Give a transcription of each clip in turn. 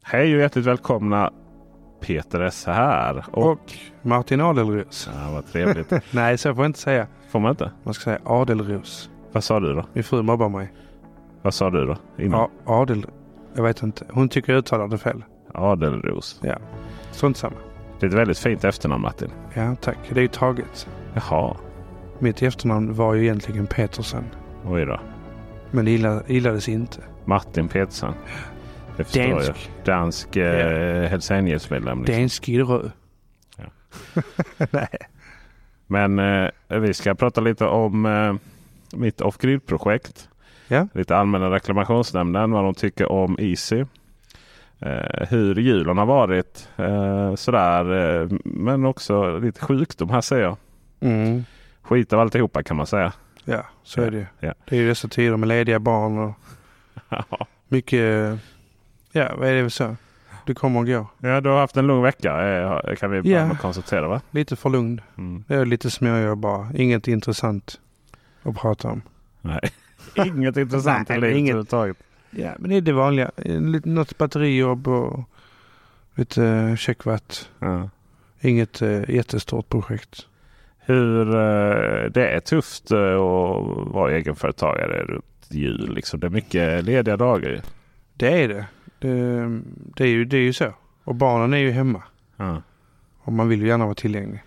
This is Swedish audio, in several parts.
Hej och hjärtligt välkomna. Peter S här. Och Martin Adelros. Ja, vad trevligt. Nej, så får jag inte säga. Får man inte? Man ska säga Adelros. Vad sa du då? Min fru mobbar mig. Vad sa du då? Innan? Jag vet inte. Hon tycker jag uttalar det fel. Adelros. Ja, sånt samma. Det är ett väldigt fint efternamn, Martin. Ja, tack. Det är ju taget. Jaha. Mitt efternamn var ju egentligen Petersen. Oj då. Men det gillades inte. Martin Petersen. Det förstår Dansk. jag. Dansk Hells Angels-medlem. Liksom. Dansk Idrö. Ja. Nej. Men vi ska prata lite om mitt off-grid-projekt. Ja. Lite allmänna reklamationsnämnden. Vad de tycker om Easy. Hur julen har varit. Sådär. Men också lite sjukdom här, säger jag. Mm. Skit av alltihopa, kan man säga. Ja, så är det ju. Ja. Det är ju dessa tider med lediga barn och mycket... Ja, vad är det så? Du kommer och går. Ja, du har haft en lång vecka. Kan vi bara konstatera, va? Lite för lugn. Mm. Det är lite småjobb bara. Inget intressant att prata om. Nej, inget intressant i livet överhuvudtaget. Ja, men det är det vanliga. Något batterijobb och lite checkvatt. Ja. Inget jättestort projekt. Hur det är tufft att vara egenföretagare runt jul. Liksom. Det är mycket lediga dagar. Det är det. Det är ju så. Och barnen är ju hemma. Ja. Och man vill ju gärna vara tillgänglig.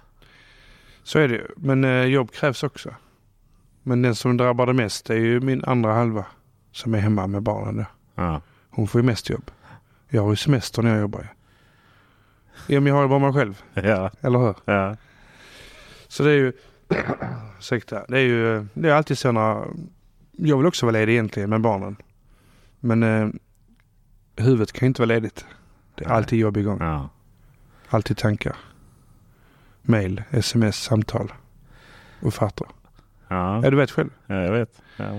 Så är det ju. Men jobb krävs också. Men den som drabbar det mest är ju min andra halva. Som är hemma med barnen. Ja. Hon får ju mest jobb. Jag har ju semester när jag jobbar. Ja, men jag har ju bara mig själv. Ja. Eller hur? Ja. Så det är ju... ursäkta. Det är alltid så när... Jag vill också vara ledig egentligen med barnen. Men huvudet kan inte vara ledigt. Det är alltid jobb igång. Ja. Alltid tankar. Mail, sms, samtal. Offerter. Ja. Ja, du vet själv. Ja, jag vet. Ja.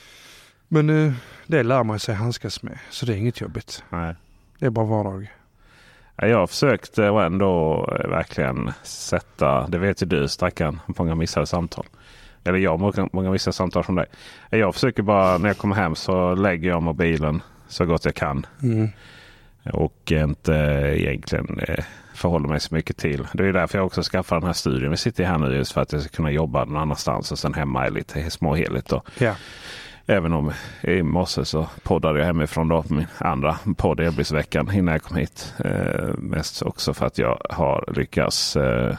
Men det lär man sig handskas med. Så det är inget jobbigt. Nej. Det är bara vardag. Ja, jag har försökt ändå verkligen sätta... Det vet ju du, stackarn. Många missade samtal. Eller många missade samtal från dig. Jag försöker bara, när jag kommer hem så lägger jag mobilen så gott jag kan. Mm. Och inte egentligen förhåller mig så mycket till. Det är därför jag också skaffar den här studion. Vi sitter här nu just för att jag ska kunna jobba någon annanstans. Och sen hemma är lite småheligt då. Ja. Även om i morse så poddade jag hemifrån då på min andra podd Elbilsveckan innan jag kom hit. Mest också för att jag har lyckats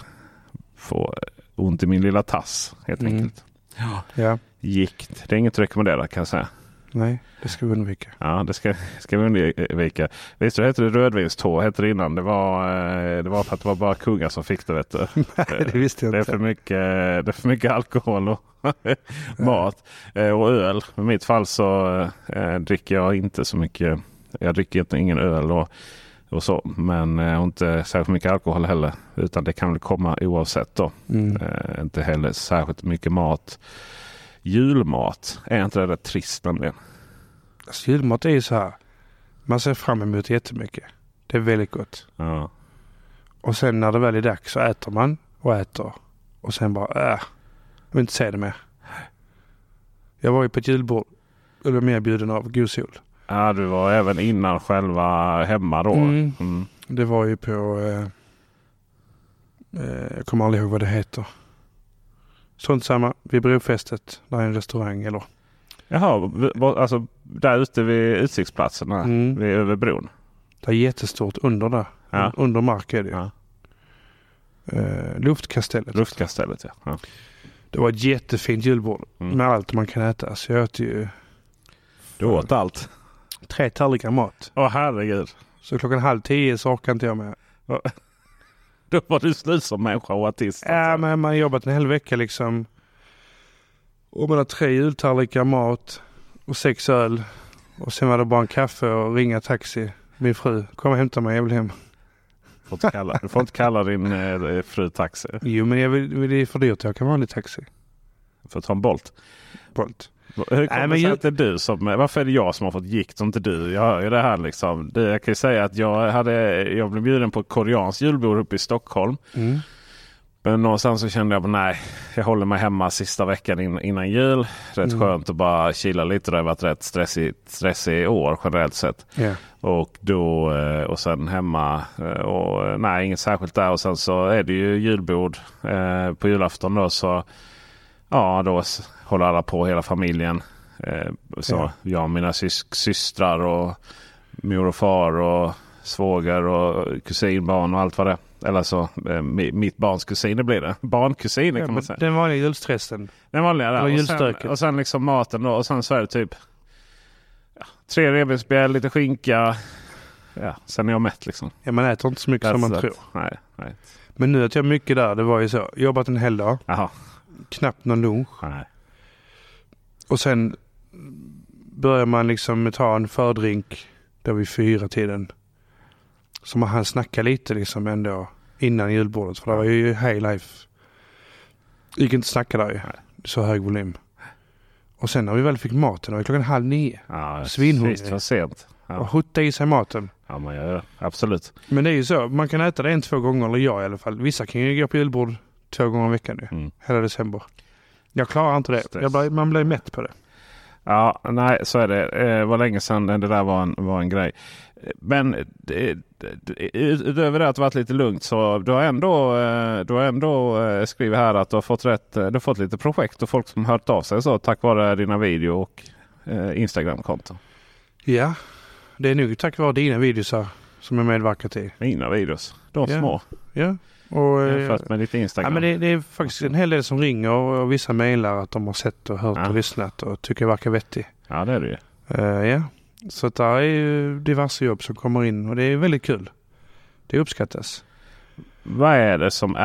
få ont i min lilla tass helt enkelt. Ja. Gikt. Det är inget att rekommendera, kan jag säga. Nej, det ska vi undvika. Ja, det ska vi undvika. Visst, det heter det rödvinstå, heter det innan. Det var för att det var bara kungar som fick det, vet du. Nej, det visste jag inte. Det är för mycket alkohol och mat och öl. I mitt fall så dricker jag inte så mycket. Jag dricker ingen öl och så. Men inte särskilt mycket alkohol heller. Utan det kan väl komma oavsett då. Inte heller särskilt mycket mat. Julmat, är inte det där trist nämligen? Alltså, julmat är ju så här. Man ser fram emot jättemycket. Det är väldigt gott. Ja. Och sen när det väl är dags så äter man och äter. Och sen bara, jag vill inte säga det mer. Jag var ju på ett julbord. Eller mer bjuden av God Sol. Ja, du var även innan själva hemma då. Mm. Det var ju på... jag kommer aldrig ihåg vad det heter. Sånt samma vid brofästet. Där är en restaurang eller... Jaha, alltså där ute vid utsiktsplatsen vid över bron. Det är jättestort under där. Ja. Under mark är det ju. Ja. Luftkastellet. Luftkastellet, ja. Det var ett jättefint julbord. Med allt man kan äta. Så jag åt ju... Du åt allt? 3 tallrikar mat. Åh, herregud. Så 9:30 så orkar inte jag med. Då var du slut som människa och artist. Ja, men man har jobbat en hel vecka liksom. Och man har 3 jultallrikar mat och 6 öl. Och sen var det bara en kaffe och ringa taxi. Min fru, kom och hämta mig, jag vill hem. Du får inte kalla din fru taxi. Jo, men det är för dyrt. Jag kan vara en taxi. För att ta en Bolt. Hur kommer det sig att det är du som... Varför är det jag som har fått gikt och inte du? Jag hör ju det här liksom. Jag kan ju säga att jag blev bjuden på ett koreanskt julbord uppe i Stockholm. Men någonstans så kände jag nej, jag håller mig hemma sista veckan innan jul. Rätt skönt att bara chilla lite. Det har varit rätt stressig år generellt sett. Yeah. Och sen hemma och nej, inget särskilt där. Och sen så är det ju julbord på julafton då, så ja, då håller alla på, hela familjen. Så jag och mina systrar och mor och far och svåger och kusinbarn och allt vad det är. Eller så mitt barns kusiner blir det. Barnkusiner kan man säga. Den vanliga julstressen. Den vanliga där. Eller julstöket. Och sen liksom maten då. Och sen så är det typ 3 revbensspjäll, lite skinka. Ja, sen är jag mätt liksom. Ja, man äter inte så mycket som man tror. Nej. Men nu att jag mycket där, det var ju så. Jobbat en hel dag. Jaha. Knappt någon lunch. Nej. Och sen börjar man liksom ta en fördrink där vid 4-tiden. Så man hann snacka lite liksom ändå innan julbordet. För det var ju high life. Gick inte snacka där ju. Så hög volym. Och sen när vi väl fick maten, var klockan 8:30. Ja, svinhungrig. Visst var sent. Ja. Och hutta i sig maten. Ja, man gör det. Absolut. Men det är ju så. Man kan äta det 1-2 gånger, eller jag i alla fall. Vissa kan ju gå på julbord 2 gånger i veckan nu. Hela december. Jag klarar inte det. Man blir mätt på det. Ja, nej, så är det. Det var länge sedan det där var en grej. Men utöver det att det varit lite lugnt, så du har ändå skrivit här att du har fått lite projekt och folk som hört av sig så tack vare dina video och Instagram-konton. Ja, det är nog tack vare dina videosar som jag medverkat i. Mina videos, de små. Ja. Och, jämfört med ditt Instagram. Ja, men det är faktiskt en hel del som ringer och vissa mejlar att de har sett och hört och lyssnat och tycker det verkar vettigt. Ja, det är det ju. Ja, så att det är ju diverse jobb som kommer in och det är väldigt kul. Det uppskattas. Vad är det som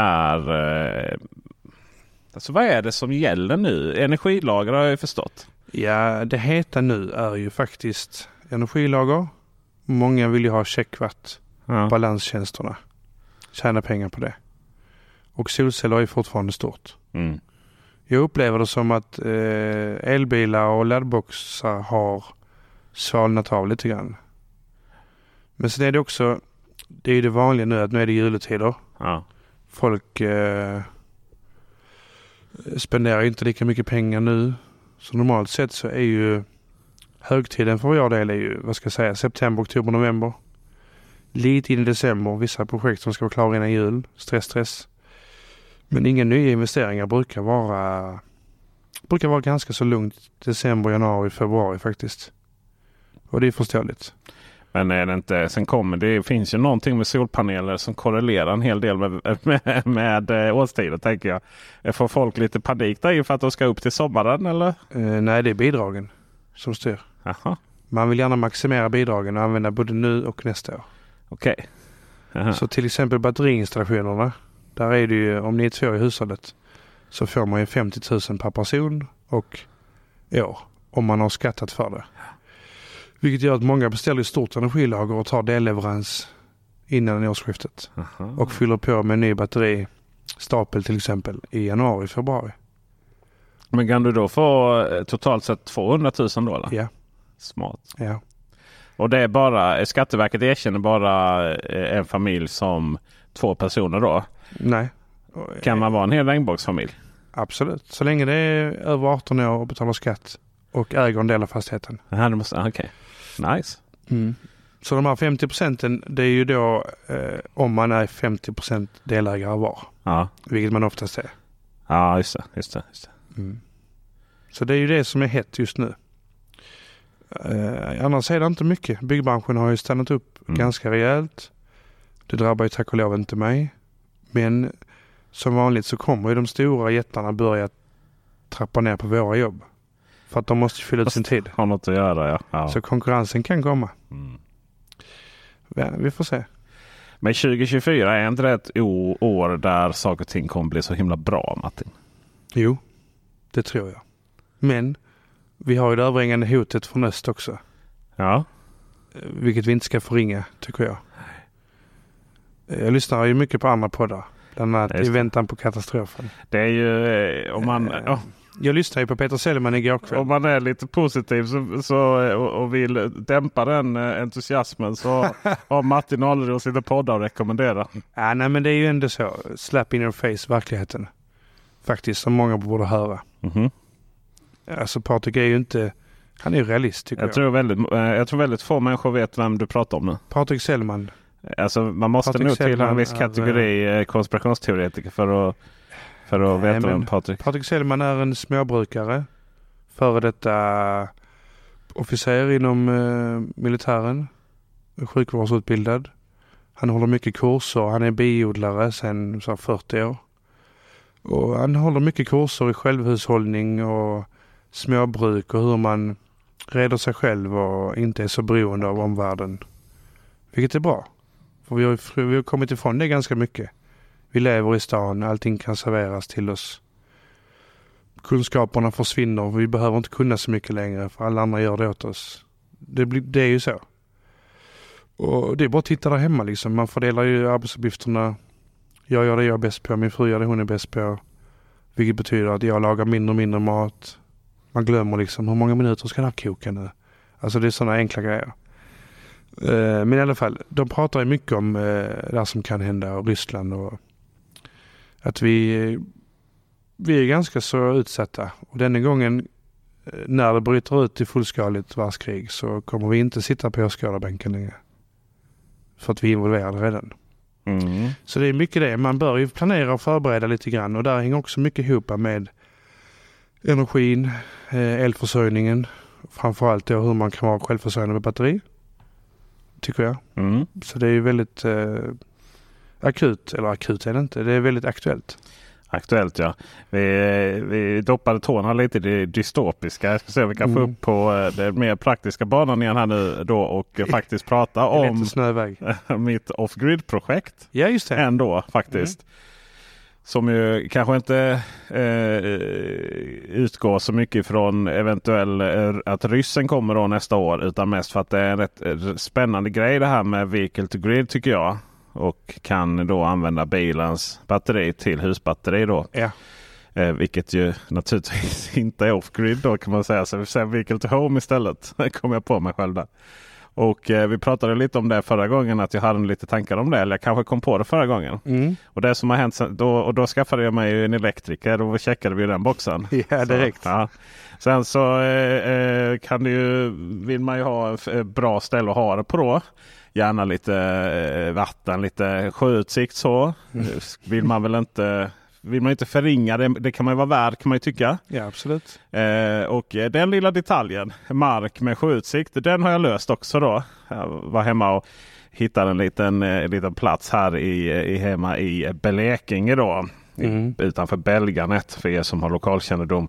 vad är det som gäller nu? Energilager har jag ju förstått. Ja, det heta nu är ju faktiskt energilager. Många vill ju ha checkwatt, balanstjänsterna. Tjäna pengar på det. Och solceller är fortfarande stort. Mm. Jag upplever det som att elbilar och laddboxar har svalnat av lite grann. Men sen är det också, det är det vanliga nu att nu är det juletider. Ja. Folk spenderar inte lika mycket pengar nu. Så normalt sett så är ju högtiden för vår del är ju, september, oktober, november. Lite in i december, vissa projekt som ska vara klara innan jul. Stress. Men inga nya investeringar brukar vara ganska så lugnt december, januari, februari faktiskt. Och det är förståeligt. Men är det inte, det finns ju någonting med solpaneler som korrelerar en hel del med årstider, tänker jag. Får folk lite panik där för att de ska upp till sommaren, eller? Nej, det är bidragen som styr. Aha. Man vill gärna maximera bidragen och använda både nu och nästa år. Okej. Så till exempel batteriinstallationerna, där är det ju, om ni är 2 i hushållet så får man ju 50 000 per person och år om man har skattat för det. Vilket gör att många beställer stort energilager och tar delleverans innan årsskiftet. Aha. Och fyller på med en ny batteristapel till exempel i januari, februari. Men kan du då få totalt sett 200 000 dollar? Ja. Smart. Ja. Och det är bara, Skatteverket erkänner bara en familj som 2 personer då? Nej. Kan man vara en hel regnbågsfamilj? Absolut. Så länge det är över 18 år och betalar skatt och äger en del av fastigheten. Okej. Nice. Mm. Så de här 50%, det är ju då om man är 50% delägare var. Ja. Vilket man oftast är. Ja, just det. Mm. Så det är ju det som är hett just nu. Annars är det inte mycket. Byggbranschen har ju stannat upp ganska rejält. Det drabbar ju tack och lov inte mig. Men som vanligt så kommer ju de stora jättarna börja trappa ner på våra jobb. För att de måste fylla ut sin tid. Har något att göra, ja. Så konkurrensen kan komma. Ja, vi får se. Men 2024 är inte ett år där saker och ting kommer bli så himla bra, Martin? Jo, det tror jag. Men vi har ju det överhängande hotet från öst också. Ja. Vilket vi inte ska förringa, tycker jag. Jag lyssnar ju mycket på andra poddar. Bland annat i väntan på katastrofen. Det är ju om man... Jag lyssnade ju på Peter Settman igår kväll. Om man är lite positiv och vill dämpa den entusiasmen så har Martin Alros lite poddar att rekommendera. Ja, nej, men det är ju ändå så. Slap in your face, verkligheten. Faktiskt, som många borde höra. Mm-hmm. Alltså Patrik är ju inte... Han är ju realist tycker jag. Jag tror väldigt få människor vet vem du pratar om nu. Patrik Settman. Alltså man måste nog tillhöra en viss kategori konspirationsteoretiker för att veta vem Patrik. Patrik Settman är en småbrukare. Före detta officer inom militären. Sjukvårdsutbildad. Han håller mycket kurser. Han är biodlare sedan 40 år. Och han håller mycket kurser i självhushållning och småbruk och hur man reder sig själv och inte är så beroende av omvärlden. Vilket är bra. För vi har kommit ifrån det ganska mycket. Vi lever i stan, allting kan serveras till oss. Kunskaperna försvinner, vi behöver inte kunna så mycket längre för alla andra gör det åt oss. Det är ju så. Och det är bara att titta där hemma liksom. Man fördelar ju arbetsuppgifterna. Jag gör det jag är bäst på, min fru gör det hon är bäst på. Vilket betyder att jag lagar mindre och mindre mat. Man glömmer liksom hur många minuter ska det här koka nu. Alltså det är sådana enkla grejer. Men i alla fall, de pratar ju mycket om det som kan hända och Ryssland och att vi är ganska så utsatta. Och denna gången när det bryter ut i fullskaligt världskrig så kommer vi inte sitta på åskådarbänken längre. För att vi är involverade redan. Mm. Så det är mycket det. Man bör ju planera och förbereda lite grann. Och där hänger också mycket ihop med energin, elförsörjningen. Framförallt då hur man kan vara självförsörjande med batteri. Tycker jag. Mm. Så det är ju väldigt akut. Eller akut är det inte. Det är väldigt aktuellt. Aktuellt, ja. Vi doppade tårna lite i det dystopiska. Jag ska se om vi kan få upp på den mer praktiska banan igen här nu då och faktiskt prata om mitt off-grid-projekt. Ja, just det. Ändå faktiskt. Som ju kanske inte utgår så mycket från eventuell att ryssen kommer då nästa år. Utan mest för att det är en rätt spännande grej det här med vehicle to grid tycker jag. Och kan då använda bilens batteri till husbatteri då. Ja. Vilket ju naturligtvis inte är off-grid då kan man säga. Så vi säger vehicle to home istället. Kommer jag på mig själv där. Och vi pratade lite om det förra gången att jag hade lite tankar om det. Eller jag kanske kom på det förra gången. Mm. Och det som har hänt då skaffade jag mig en elektriker. Då checkade vi den boxen. Ja, direkt. Så, ja. Sen så vill man ju ha ett bra ställe att ha det på då. Gärna lite vatten, lite sjöutsikt så. Vill man inte förringa det. Det kan man ju vara värd kan man ju tycka. Ja, absolut. Och den lilla detaljen, mark med sjöutsikt, den har jag löst också då. Jag var hemma och hittade en liten plats här hemma i Blekinge då. Utanför Belganet för er som har lokalkännedom.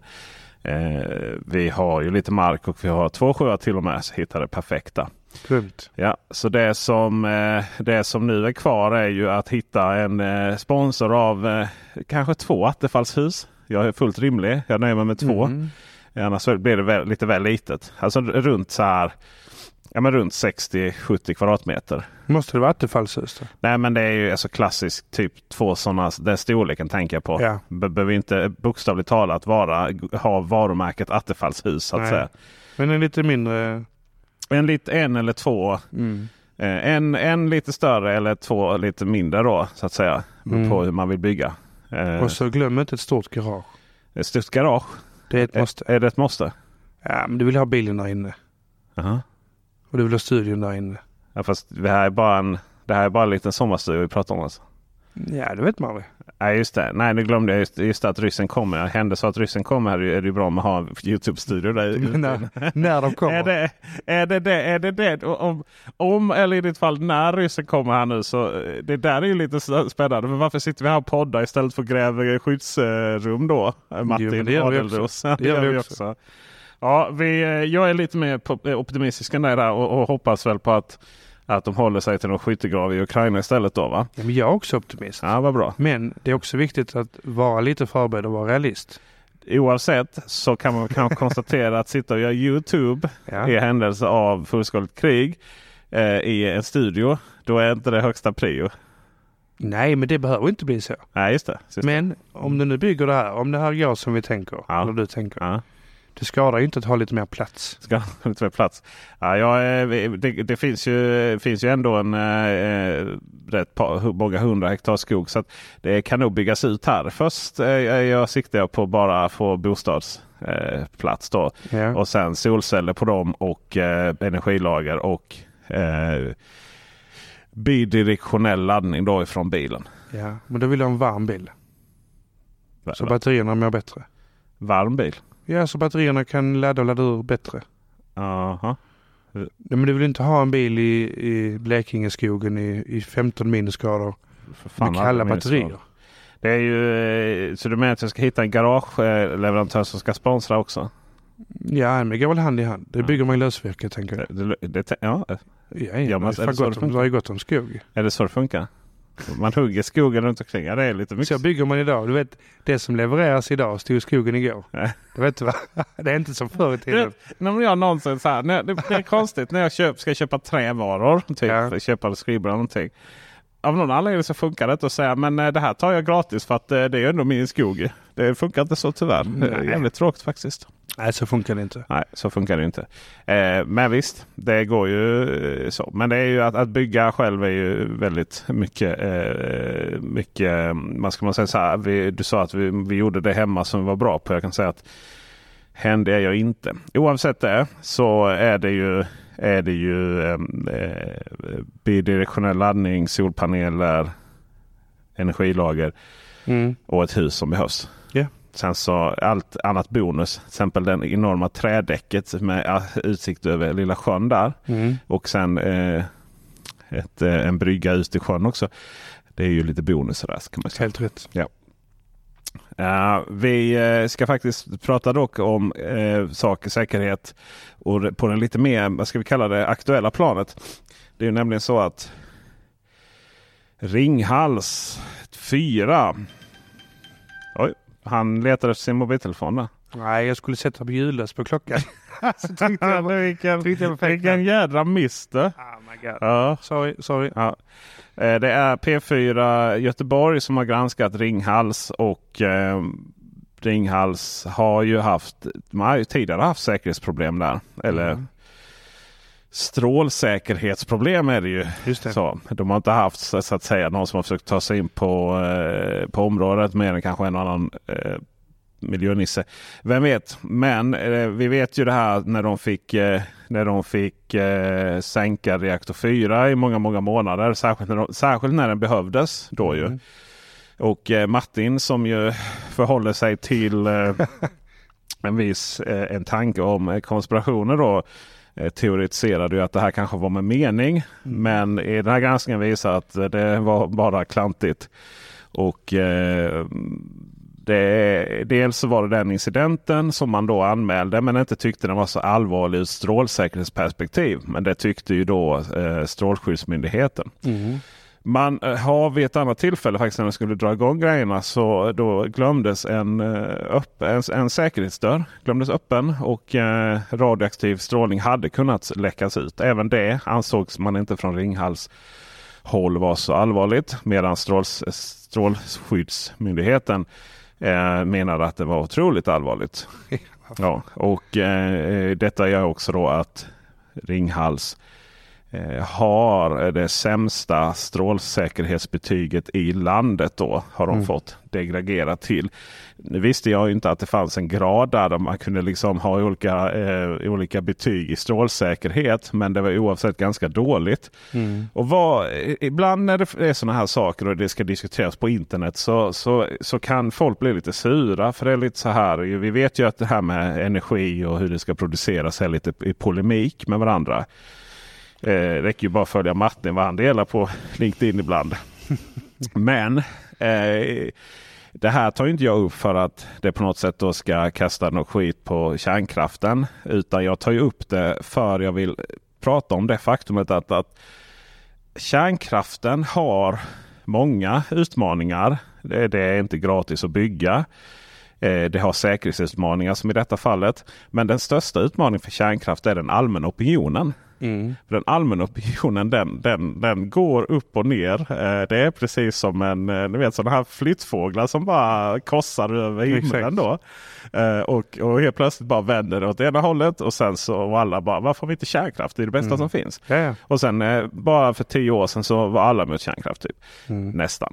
Vi har ju lite mark och vi har 2 sjöar till och med så hittade det perfekta. Grymt. Ja, så det som nu är kvar är ju att hitta en sponsor av kanske 2 attefallshus. Jag är fullt rimlig. Jag nöjer mig med 2. Annars blir det lite väl litet. Alltså runt så här, runt 60-70 kvadratmeter. Måste det vara attefallshus då? Nej, men det är ju alltså klassiskt typ 2 sådana, den storleken tänker jag på. Ja. Behöver inte bokstavligt talat ha varumärket attefallshus så att säga. Men en lite mindre... En eller 2. En lite större eller 2 lite mindre då så att säga. På hur man vill bygga. Och så glöm inte ett stort garage. Ett stort garage? Det är ett måste. Är det ett måste? Ja, men du vill ha bilen där inne. Och du vill ha studion där inne. Ja, fast det här är bara en liten sommarstudio vi pratar om alltså. Ja, det vet man väl. Nej, just det. Nej, nu glömde jag just att ryssen kommer. Hände så att ryssen kommer här är det ju bra med att ha en YouTube-studio där. När de kommer. Är det det? Om eller i ditt fall när ryssen kommer här nu så det där är ju lite spännande. Men varför sitter vi här och poddar istället för att gräva skyddsrum då? Martin Adelros. Det gör vi också. Ja, jag är lite mer optimistisk än dig där och hoppas väl på att de håller sig till någon skyttegrav i Ukraina istället då, va? Ja, men jag är också optimist. Ja, vad bra. Men det är också viktigt att vara lite förberedd och vara realist. Oavsett så kan man kanske konstatera att sitta och göra YouTube i händelse av fullskaligt krig i en studio. Då är inte det högsta prio. Nej, men det behöver inte bli så. Nej, just det. Men om du nu bygger det här, om det här går som vi tänker, eller du tänker, det skadar ju inte att ha lite mer plats. Ska ha lite mer plats. Ja, det finns ju ändå en många 100 hektar skog, så att det kan nog byggas ut här. Först jag siktar på bara få bostadsplats då. Ja. Och sen solceller på dem och energilager och bidirektionell laddning då ifrån bilen. Ja, men då vill jag en varm bil. Så batterierna mår bättre. Varm bil? Ja, så batterierna kan ladda ur bättre. Jaha. Ja, men du vill inte ha en bil i Blekingeskogen i 15 minusgrader med kalla batterier. Det är ju, så du menar att jag ska hitta en garageleverantör som ska sponsra också? Ja, men det går väl hand i hand. Det bygger man i lösvirke, tänker jag. Ja, det har ju gått om skog. Är det så det funkar? Man hugger skogen runt omkring. Ja, det är lite mycket. Så bygger man idag. Du vet, det som levereras idag stod i skogen igår. Det vet du va? Det är inte som förr i tiden. När jag någonsin så här, det är konstigt när jag ska köpa trävaror, typ köpa skrivbord eller någonting. Av någon anledning så funkar det inte att säga, men det här tar jag gratis för att det är ändå min skog. Det funkar inte så tyvärr. Det är jävligt tråkigt faktiskt. Nej, så funkar det inte. Nej, så funkar det inte. Men visst, det går ju så. Men det är ju att bygga själv är ju väldigt mycket, vad ska man säga så här, du sa att vi gjorde det hemma som vi var bra på. Jag kan säga att hände är jag inte. Oavsett det så är det ju bidirektionell laddning, solpaneler, energilager och ett hus som behövs. Yeah. Sen så allt annat bonus, till exempel den enorma trädäcket med utsikt över lilla sjön där. Och sen en brygga ut i sjön också. Det är ju lite bonus där, kan man säga. Helt rätt. Ja. Vi ska faktiskt prata dock om saker, säkerhet och på den lite mer, vad ska vi kalla det, aktuella planet. Det är ju nämligen så att Ringhals 4. Oj, han letar efter sin mobiltelefon där. Nej, jag skulle sätta på ljudlös på klockan. Vilken jädra mister. Oh my God. Ja. Sorry. Ja. Det är P4 Göteborg som har granskat Ringhals och Ringhals har ju tidigare haft säkerhetsproblem där. Eller strålsäkerhetsproblem är det ju. Just det. Så, de har inte haft så att säga någon som har försökt ta sig in på området mer än kanske en annan miljönisse. Vem vet? Men vi vet ju det här när de fick sänka reaktor 4 i många månader. Särskilt när den behövdes då ju. Och Martin som ju förhåller sig till en tanke om konspirationer då, teoretiserade ju att det här kanske var med mening. Men i den här granskningen visar att det var bara klantigt. Och dels så var det den incidenten som man då anmälde men inte tyckte den var så allvarlig ur strålsäkerhetsperspektiv. Men det tyckte ju då Strålskyddsmyndigheten. Man har vid ett annat tillfälle faktiskt när man skulle dra igång grejerna så då glömdes en säkerhetsdörr glömdes öppen och radioaktiv strålning hade kunnat läckas ut. Även det ansågs man inte från Ringhals håll var så allvarligt medan Strålskyddsmyndigheten menade att det var otroligt allvarligt. Ja, och detta gör också då att Ringhals har det sämsta strålsäkerhetsbetyget i landet då har de fått degraderat till. Nu visste jag ju inte att det fanns en grad där man kunde liksom ha olika betyg i strålsäkerhet, men det var oavsett ganska dåligt. Och ibland när det är sådana här saker och det ska diskuteras på internet så kan folk bli lite sura, för det är lite så här, vi vet ju att det här med energi och hur det ska produceras är lite i polemik med varandra. Det räcker ju bara att följa Martin vad han delar på LinkedIn ibland. Men det här tar ju inte jag upp för att det på något sätt då ska kasta något skit på kärnkraften. Utan jag tar ju upp det för jag vill prata om det faktumet att kärnkraften har många utmaningar. Det är inte gratis att bygga. Det har säkerhetsutmaningar som i detta fallet. Men den största utmaningen för kärnkraft är den allmänna opinionen. För den allmänna opinionen den går upp och ner. Det är precis som ni vet sådana här flyttfåglar som bara korsar över himlen då. Och helt plötsligt bara vänder åt ena hållet och sen så var alla bara, varför har vi inte kärnkraft? Det är det bästa som finns. Ja. Och sen bara för 10 år sedan så var alla mot kärnkraft typ. Nästan.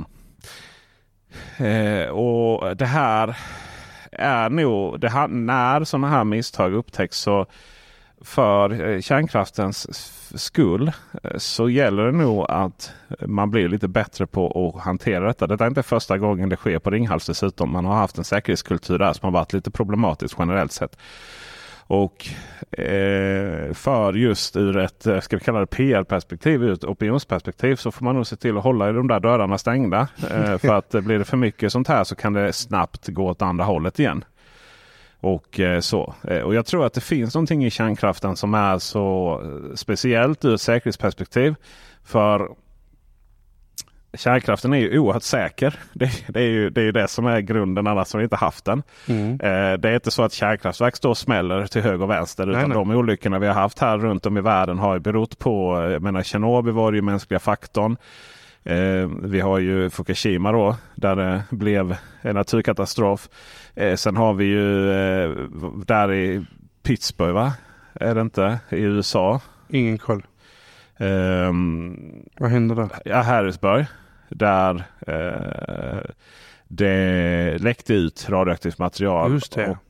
Och det här är nog, när sådana här misstag upptäcks så för kärnkraftens skull så gäller det nog att man blir lite bättre på att hantera detta. Det är inte första gången det sker på Ringhals dessutom. Man har haft en säkerhetskultur där som har varit lite problematisk generellt sett. Och för just ur ett, ska vi kalla det PR-perspektiv, ur ett opinionsperspektiv, så får man nog se till att hålla i de där dörrarna stängda. För att blir det för mycket sånt här så kan det snabbt gå åt andra hållet igen. Och och jag tror att det finns någonting i kärnkraften som är så speciellt ur ett säkerhetsperspektiv. För kärnkraften är ju oerhört säker. Det är ju det som är grunden, annars har vi inte haft den. Det är inte så att kärnkraftverk står och smäller till höger och vänster. Utan de olyckorna vi har haft här runt om i världen har ju berott på, jag menar Tjernobyl var ju mänskliga faktorn. Vi har ju Fukushima då, där det blev en naturkatastrof. Sen har vi ju där i Pittsburgh, va? Är det inte? I USA. Ingen koll. Vad händer där? Ja, Harrisburg. Där det läckte ut radioaktivt material. Just det. Och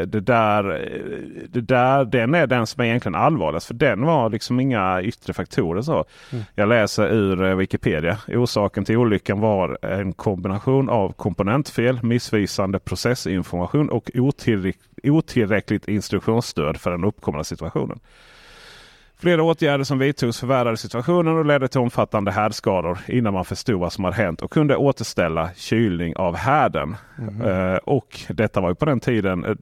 den är den som är egentligen allvarligast. För den var liksom inga yttre faktorer så. Jag läser ur Wikipedia. Orsaken till olyckan var en kombination av komponentfel, missvisande processinformation och otillräckligt instruktionsstöd för den uppkomna situationen. Flera åtgärder som vidtogs förvärrade situationen och ledde till omfattande härdskador innan man förstod vad som hade hänt och kunde återställa kylning av härden. Och detta var ju på den tiden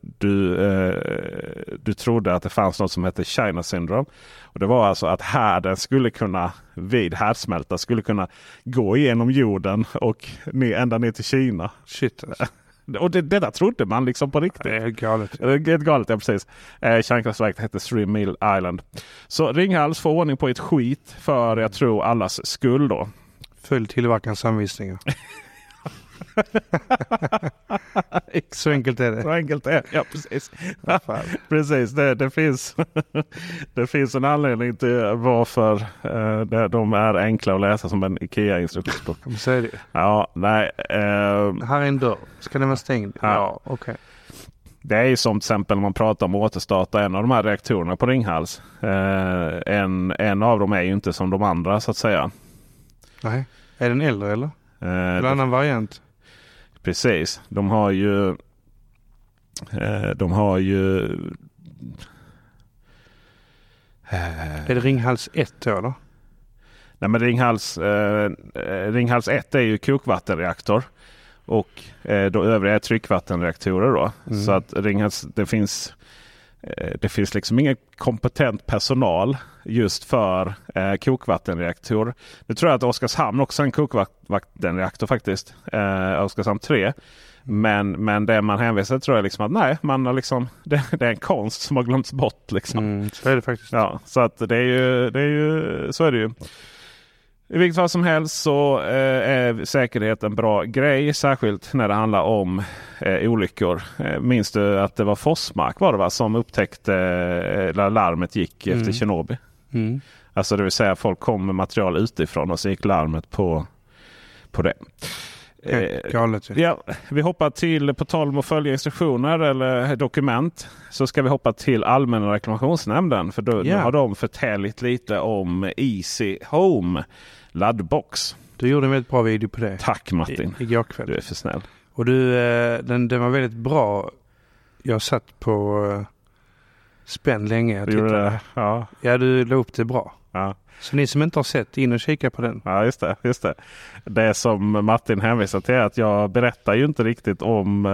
du trodde att det fanns något som hette China syndrome. Och det var alltså att härden skulle kunna vid härdsmälta skulle kunna gå igenom jorden och ända ner till Kina. Shit. Och det där trodde man liksom på riktigt. Det är galet. Det är galet, ja precis. Kärnkraftverket hette 3 Mill Island. Så Ringhals får ordning på ett skit för, jag tror, allas skull då. Följ tillverkarens anvisningar. Så enkelt är det. Så enkelt är det, ja precis. Precis, det finns en anledning till varför de är enkla att läsa som en IKEA-instruktionsbok. Så är det. Ja, nej. Här är en dörr. Ska den vara stängd? Ja, okej. Det är ju som till exempel när man pratar om återstarta en av de här reaktorerna på Ringhals. En av dem är ju inte som de andra så att säga. Nej. Är den äldre eller? En annan variant? Precis. De har ju är det Ringhals 1 då eller? Nej, men Ringhals 1 är ju kokvattenreaktor och då övriga är tryckvattenreaktorer då. Så att Ringhals, det finns liksom ingen kompetent personal just för kokvattenreaktor. Nu tror jag att Oskarshamn också är en kokvattenreaktor faktiskt. Oskarshamn 3. Men det man hänvisar tror jag liksom att nej, man har liksom, det är en konst som har glömts bort liksom. Så är det faktiskt. Ja, så att det är ju så är det ju. I vilket fall som helst så är säkerhet en bra grej, särskilt när det handlar om olyckor. Minns du att det var Forsmark var det va, som upptäckte larmet gick efter Tjernobyl? Alltså det vill säga folk kom med material utifrån och så gick larmet på det. Galet. Ja, vi hoppar till, på tal om att följa instruktioner eller dokument, så ska vi hoppa till Allmänna reklamationsnämnden. För då har de förtäljt lite om Easy Home laddbox. Du gjorde en väldigt bra video på det. Tack Martin. Igår kväll. Du är för snäll. Och den var väldigt bra. Jag satt på spänn länge. Jag tittade. Ja, du la upp det bra. Ja. Så ni som inte har sett, in och kika på den. Ja, just det. Det som Martin hänvisar till är att jag berättar ju inte riktigt om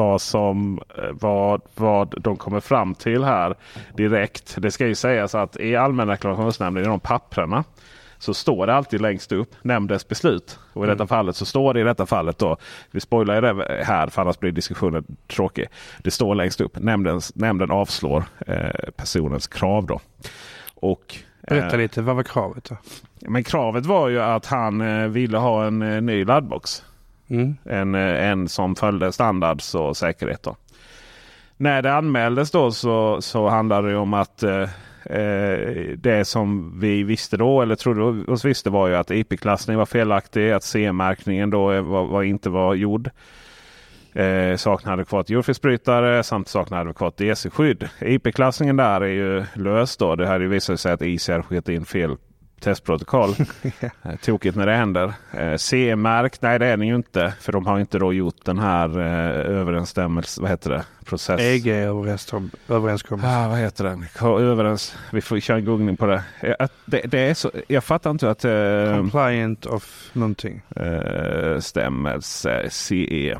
vad de kommer fram till här direkt. Det ska ju sägas att i Allmänna reklamationsnämnden, i de papperna, så står det alltid längst upp nämndens beslut. Och i detta fallet så står det i detta fallet då, vi spoilar det här för annars blir diskussionen tråkig. Det står längst upp, nämnden avslår personens krav då. Och Berätta lite, vad var kravet då? Men kravet var ju att han ville ha en ny laddbox. En som följde standards och säkerhet då. När det anmäldes då så handlade det om att det som vi visste då, eller trodde oss visste, var ju att IP-klassning var felaktig, att CE-märkningen då inte var gjord. Saknade adekvat jordfelsbrytare samt saknade adekvat DC-skydd. IP-klassningen där är ju lös då. Det här visar sig att IC har skickat in fel testprotokoll. Tokigt när det händer. CE-märkt, nej det är den ju inte. För de har inte då gjort den här överensstämmelse, vad heter det? Process. EG-överenskommelse. Vad heter den? Vi får köra en googling på det. Det är så, jag fattar inte att... Compliant of någonting. Stämmelse, CE.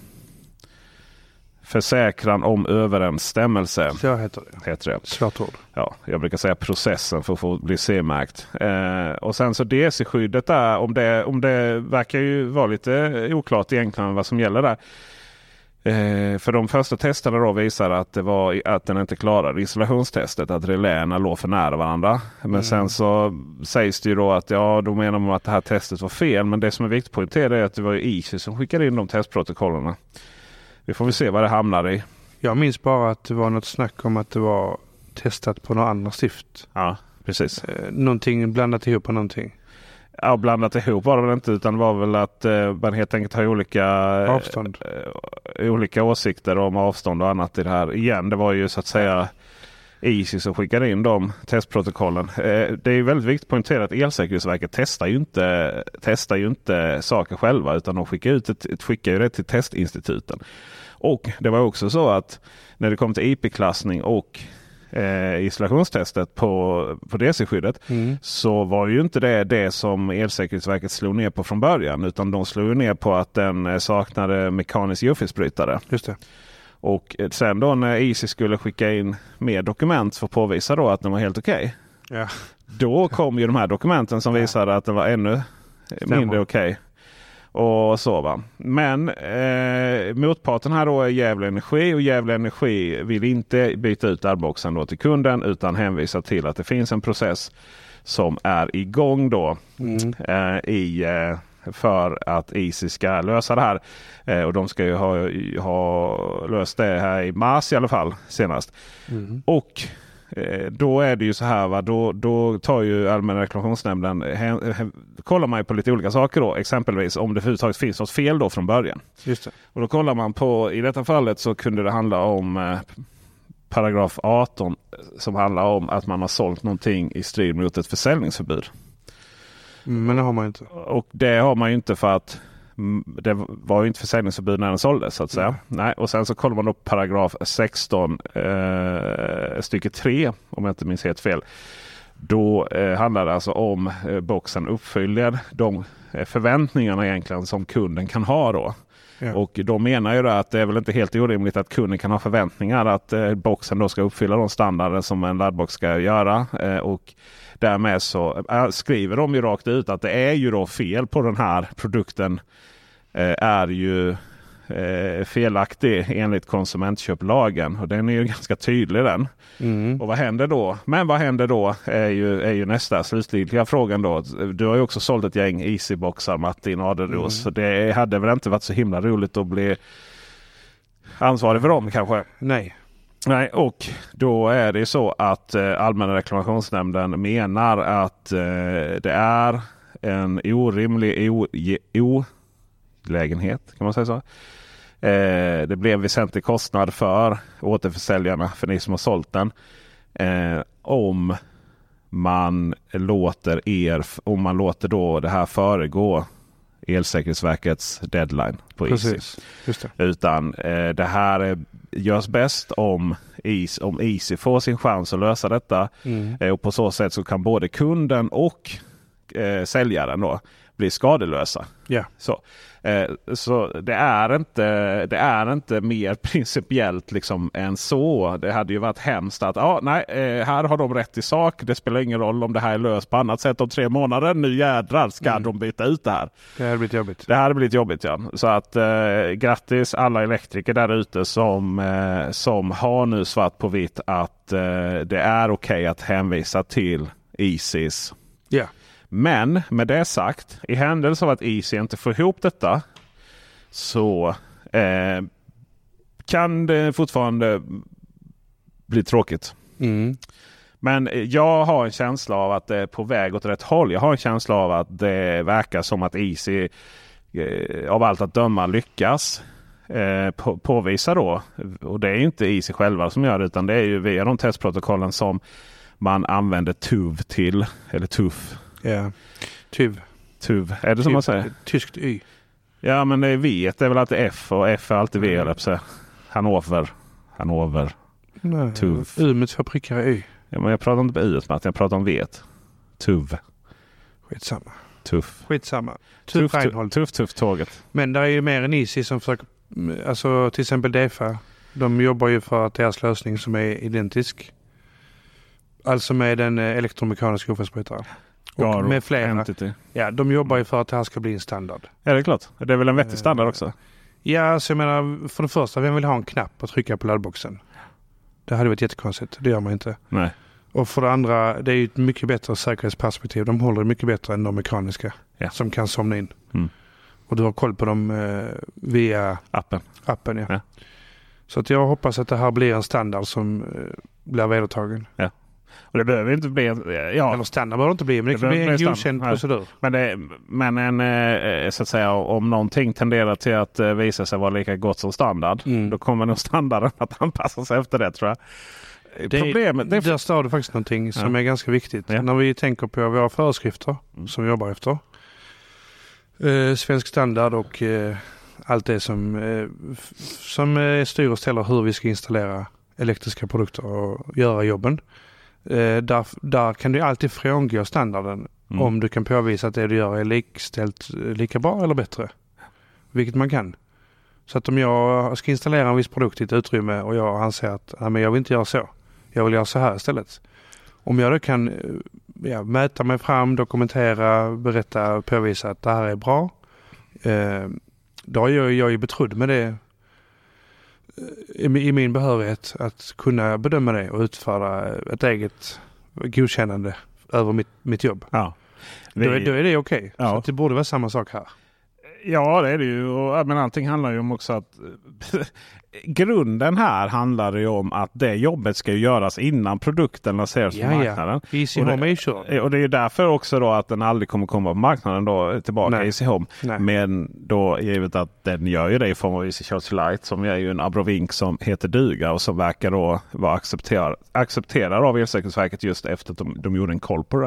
Försäkran om överensstämmelse. Så heter det. Svårt ord. Ja, jag brukar säga processen för att få bli C-märkt. Och sen så DC-skyddet där, om det verkar ju vara lite oklart egentligen vad som gäller där. För de första testerna då visar att den inte klarade isolationstestet, att reläerna låg för nära varandra. Men sen så sägs det ju då att då menar man att det här testet var fel. Men det som är viktigt att poängtera är att det var IC som skickade in de testprotokollerna. Vi får väl se vad det hamnar i. Jag minns bara att det var något snack om att det var testat på några andra stift. Ja, precis. Någonting blandat ihop på någonting. Ja, blandat ihop var det väl inte, utan det var väl att man helt enkelt har olika åsikter om avstånd och annat i det här. Igen, det var ju så att säga IC som skickade in de testprotokollen. Det är väldigt viktigt att poängtera att Elsäkerhetsverket testar ju inte saker själva, utan de skickar ju det till testinstituten. Och det var också så att när det kom till IP-klassning och isolationstestet på DC-skyddet så var ju inte det som Elsäkerhetsverket slog ner på från början, utan de slog ner på att den saknade mekanisk jordfelsbrytare. Just det. Och sen då när IC skulle skicka in mer dokument för att påvisa då att den var helt okej. Ja. Då kom ju de här dokumenten som visade att den var ännu mindre okej. Och så va. Men motparten här då är Gävle Energi, och Gävle Energi vill inte byta ut laddboxen då till kunden, utan hänvisa till att det finns en process som är igång då för att IC ska lösa det här. Och de ska ju ha löst det här i mars i alla fall senast. Och då är det ju så här, va? Då tar ju Allmänna reklamationsnämnden kollar man ju på lite olika saker då. Exempelvis om det överhuvudtaget finns något fel då från början. Just det. Och då kollar man på, i detta fallet så kunde det handla om paragraf 18 som handlar om att man har sålt någonting i strid mot ett försäljningsförbud. Men det har man inte. Och det har man ju inte, för att det var ju inte försäljningsförbud när den såldes så att säga. Nej, och sen så kollar man upp paragraf 16 stycke 3 om jag inte minns helt fel. Då handlar det alltså om boxen uppfyller de förväntningarna egentligen som kunden kan ha då. Ja. Och då menar ju att det är väl inte helt orimligt att kunden kan ha förväntningar att boxen då ska uppfylla de standarder som en laddbox ska göra. Och därmed så skriver de ju rakt ut att det är ju då fel på den här produkten, är ju felaktig enligt konsumentköplagen, och den är ju ganska tydlig den. Och vad händer då? Men vad händer då är ju nästa slutliga frågan då. Du har ju också sålt ett gäng Easy-boxar, Martin Aderos, så det hade väl inte varit så himla roligt att bli ansvarig för dem kanske? Nej, och då är det så att Allmänna reklamationsnämnden menar att det är en orimlig olägenhet, kan man säga så. Det blev en väsentlig kostnad för återförsäljarna, för ni som har sålt den, om man låter då det här föregå Elsäkerhetsverkets deadline på Precis. Just det. Utan det här görs bäst om IC får sin chans att lösa detta, och på så sätt så kan både kunden och säljaren då bli skadelösa. Yeah. Så det är inte mer principiellt liksom än så. Det hade ju varit hemskt att här har de rätt i sak. Det spelar ingen roll om det här är löst på annat sätt om 3 månader. Nu jädrar ska de byta ut det här. Det hade blivit jobbigt. Det hade blivit jobbigt, ja. Så att grattis alla elektriker där ute som har nu svart på vitt att det är okej att hänvisa till Easys. Ja. Men med det sagt, i händelse av att Easy inte får ihop detta så kan det fortfarande bli tråkigt. Men jag har en känsla av att det är på väg åt rätt håll. Jag har en känsla av att det verkar som att Easy av allt att döma lyckas påvisa då. Och det är ju inte Easy själva som gör det, utan det är ju via de testprotokollen som man använder TUV till. Eller TUF. Ja, TUV. TUV, är det som man säger? Tyskt Y. Ja, men det är V, det är väl alltid F och F är alltid V, eller så. Hannover. Nej, TUV. U med 2 prickar är Y. Ja, men jag pratar inte på Y, jag pratar om V. TUV. Skitsamma. Tuff. Skitsamma. Tuff tåget. Men det är ju mer än Easy som försöker, alltså till exempel DEFA. De jobbar ju för att deras lösning som är identisk. Alltså med den elektromekaniska jordfelsbrytaren. Och med flera. Entity. Ja, de jobbar ju för att det här ska bli en standard. Ja, det är klart. Det är väl en vettig standard också. Ja, alltså jag menar, för det första, vem vill ha en knapp att trycka på laddboxen? Det hade varit jättekonstigt. Det gör man inte. Nej. Och för det andra, det är ju ett mycket bättre säkerhetsperspektiv. De håller mycket bättre än de mekaniska. Ja. Som kan somna in. Och du har koll på dem via appen ja. Så att jag hoppas att det här blir en standard som blir vedertagen. Ja. Och det behöver inte bli eller standard behöver det inte bli, men det kan bli en godkänd procedur. Men så att säga, om någonting tenderar till att visa sig vara lika gott som standard, då kommer nog standarden att anpassa sig efter det, tror jag. Där står det faktiskt någonting som är ganska viktigt. Ja. När vi tänker på våra föreskrifter som vi jobbar efter. Svensk standard och allt det som styr och ställer hur vi ska installera elektriska produkter och göra jobben. Där kan du alltid frångå standarden om du kan påvisa att det du gör är likställt lika bra eller bättre. Vilket man kan. Så att om jag ska installera en viss produkt i ett utrymme och jag anser att men jag vill inte göra så. Jag vill göra så här istället. Om jag då kan mäta mig fram, dokumentera, berätta, påvisa att det här är bra. Då är jag ju betrodd med det i min behörighet att kunna bedöma det och utföra ett eget godkännande över mitt jobb. Ja. Då är det okej. Ja. Så att det borde vara samma sak här. Ja, det är det ju. Men allting handlar ju om också att grunden här handlar ju om att det jobbet ska göras innan produkten lanseras på marknaden. Easy Home är kört. Och det är ju därför också då att den aldrig kommer komma på marknaden då tillbaka i Easy Home. Nej. Men då givet att den gör ju det i form av Easy Charge Lite som är ju en Abrovink som heter duga och som verkar då vara accepterad av Elsäkerhetsverket just efter att de gjorde en koll på det.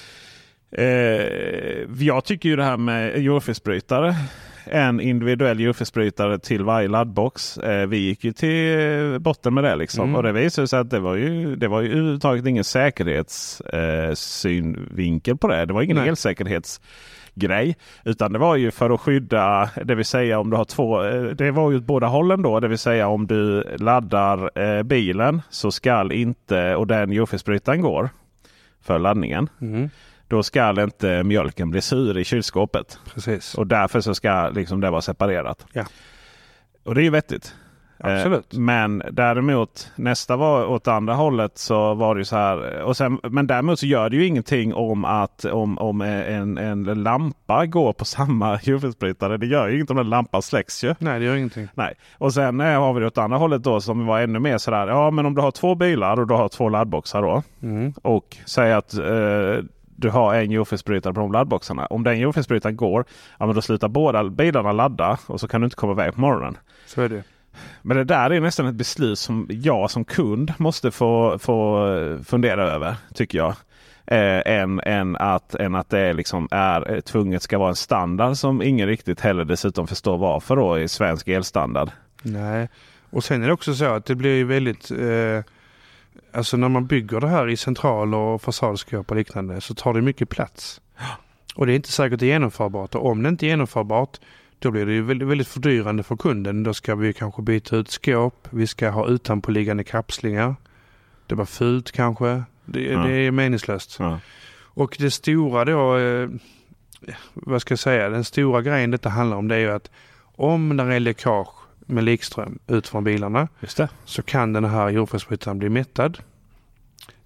Jag tycker ju det här med jordfelsbrytare, en individuell jordfelsbrytare till varje laddbox. Vi gick ju till botten med det liksom. Och det visade sig att det var ju överhuvudtaget ingen säkerhetssynvinkel på det. Det var ingen elsäkerhetsgrej, utan det var ju för att skydda, det vill säga om du har det var ju åt båda hållen då, det vill säga om du laddar bilen så skall inte, och den jordfelsbrytaren går för laddningen. Då ska inte mjölken bli sur i kylskåpet. Precis. Och därför så ska liksom det vara separerat. Ja. Och det är ju vettigt. Absolut. Men däremot nästa var åt andra hållet så var det ju så här. Och sen, men däremot så gör det ju ingenting om att om en lampa går på samma jordfelsbrytare. Det gör ju inget om den lampan släcks ju. Nej, det gör ingenting. Nej. Och sen har vi det åt andra hållet då som var ännu mer sådär. Ja, men om du har 2 bilar och du har 2 laddboxar då. Och säg att du har en jordfelsbrytare på de laddboxarna. Om den jordfelsbrytaren går, men då slutar båda bilarna ladda och så kan du inte komma iväg på morgonen. Så är det. Men det där är nästan ett beslut som jag som kund måste få fundera över, tycker jag. Än att det liksom är tvunget ska vara en standard som ingen riktigt heller dessutom förstår varför då i svensk elstandard. Nej, och sen är det också så att det blir väldigt... Alltså när man bygger det här i central- och fasadskåp och liknande så tar det mycket plats. Och det är inte säkert genomförbart. Och om det inte är genomförbart då blir det ju väldigt, väldigt fördyrande för kunden. Då ska vi kanske byta ut skåp. Vi ska ha utanpåliggande kapslingar. Det var fult kanske. Det är meningslöst. Ja. Och det stora då, vad ska jag säga, den stora grejen detta handlar om det är ju att om det är läckage med likström ut från bilarna så kan den här jordfelsbrytaren bli mättad.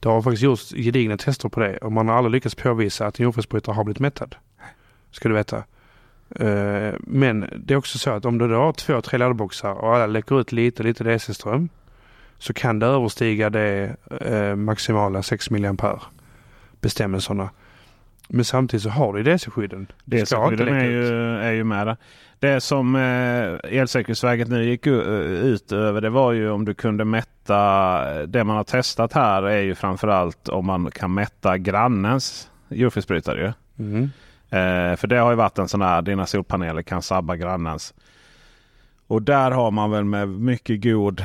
Det har faktiskt gjorts gedigna tester på det och man har aldrig lyckats påvisa att en jordfelsbrytare har blivit mättad. Ska du veta. Men det är också så att om du har 2-3 laddboxar och alla läcker ut lite DC-ström så kan det överstiga det maximala 6 mA bestämmelserna. Men samtidigt så har du DC-skydden. DC-skydden är ju med där. Det som Elsäkerhetsverket nu gick ut över, det var ju om du kunde mätta, det man har testat här är ju framförallt om man kan mätta grannens jordfelsbrytare. För det har ju varit en sån här, dina solpaneler kan sabba grannens. Och där har man väl med mycket god,